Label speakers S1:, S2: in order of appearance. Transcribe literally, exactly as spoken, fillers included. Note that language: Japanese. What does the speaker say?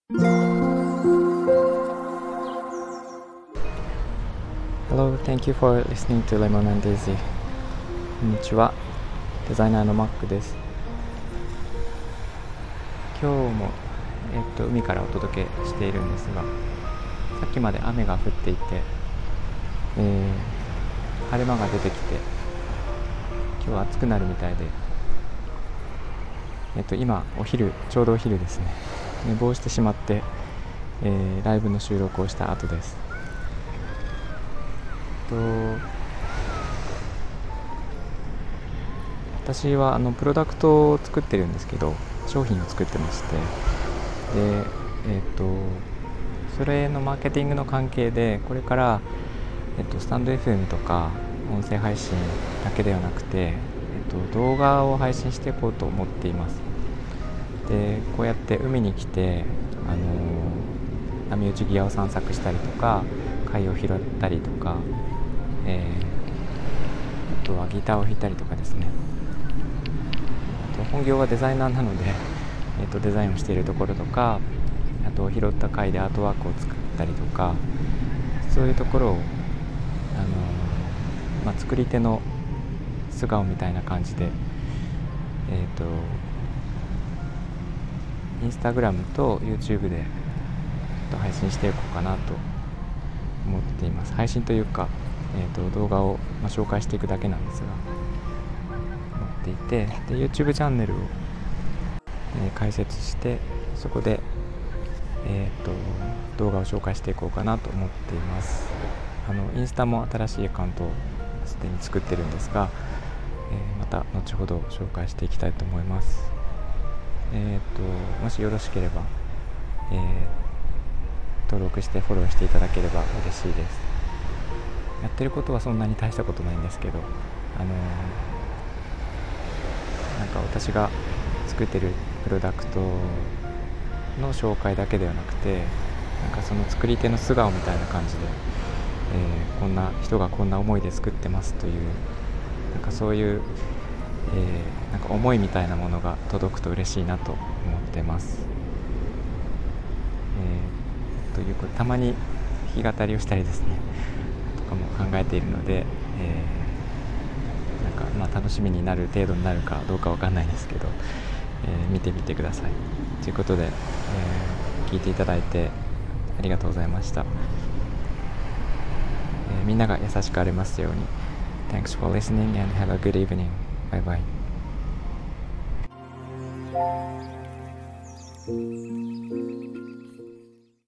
S1: Hello, thank you for listening to Lemon and Daisy. こんにちは、デザイナーのマックです。今日も、えっと、海からお届けしているんですが、さっきまで雨が降っていて、えー、晴れ間が出てきて、今日は暑くなるみたいで、えっと、今お昼、ちょうどお昼ですね。寝坊してしまって、えー、ライブの収録をした後です。と私はあのプロダクトを作ってるんですけど、商品を作ってまして、で、えっとそれのマーケティングの関係で、これから、えっと、スタンド エフエム とか音声配信だけではなくて、えっと、動画を配信していこうと思っています。で、こうやって海に来て、あの波打ち際を散策したりとか、貝を拾ったりとか、えー、あとはギターを弾いたりとかですね。あと本業はデザイナーなので、えー、とデザインをしているところとか、あと拾った貝でアートワークを作ったりとか、そういうところを、あのーまあ、作り手の素顔みたいな感じで、えっ、とインスタグラムと YouTube で配信していこうかなと思っています。配信というか、えー、と動画を、まあ、紹介していくだけなんですが、思っていて、で YouTube チャンネルを、えー、開設して、そこで、えー、と動画を紹介していこうかなと思っています。あのインスタも新しいアカウントをすでに作ってるんですが、えー、また後ほど紹介していきたいと思います。えー、ともしよろしければ、えー、登録してフォローしていただければ嬉しいです。やってることはそんなに大したことないんですけど、あのー、なんか私が作ってるプロダクトの紹介だけではなくて、なんかその作り手の素顔みたいな感じで、えー、こんな人がこんな思いで作ってますという、なんかそういう、えー、なんか思いみたいなものが届くと嬉しいなと思ってます。えー、ということで、たまに弾き語りをしたりですねとかも考えているので、えー、なんかまあ楽しみになる程度になるかどうかわかんないですけど、えー、見てみてくださいということで、えー、聞いていただいてありがとうございました。えー、みんなが優しくありますように。 Thanks for listening and have a good evening. Bye bye.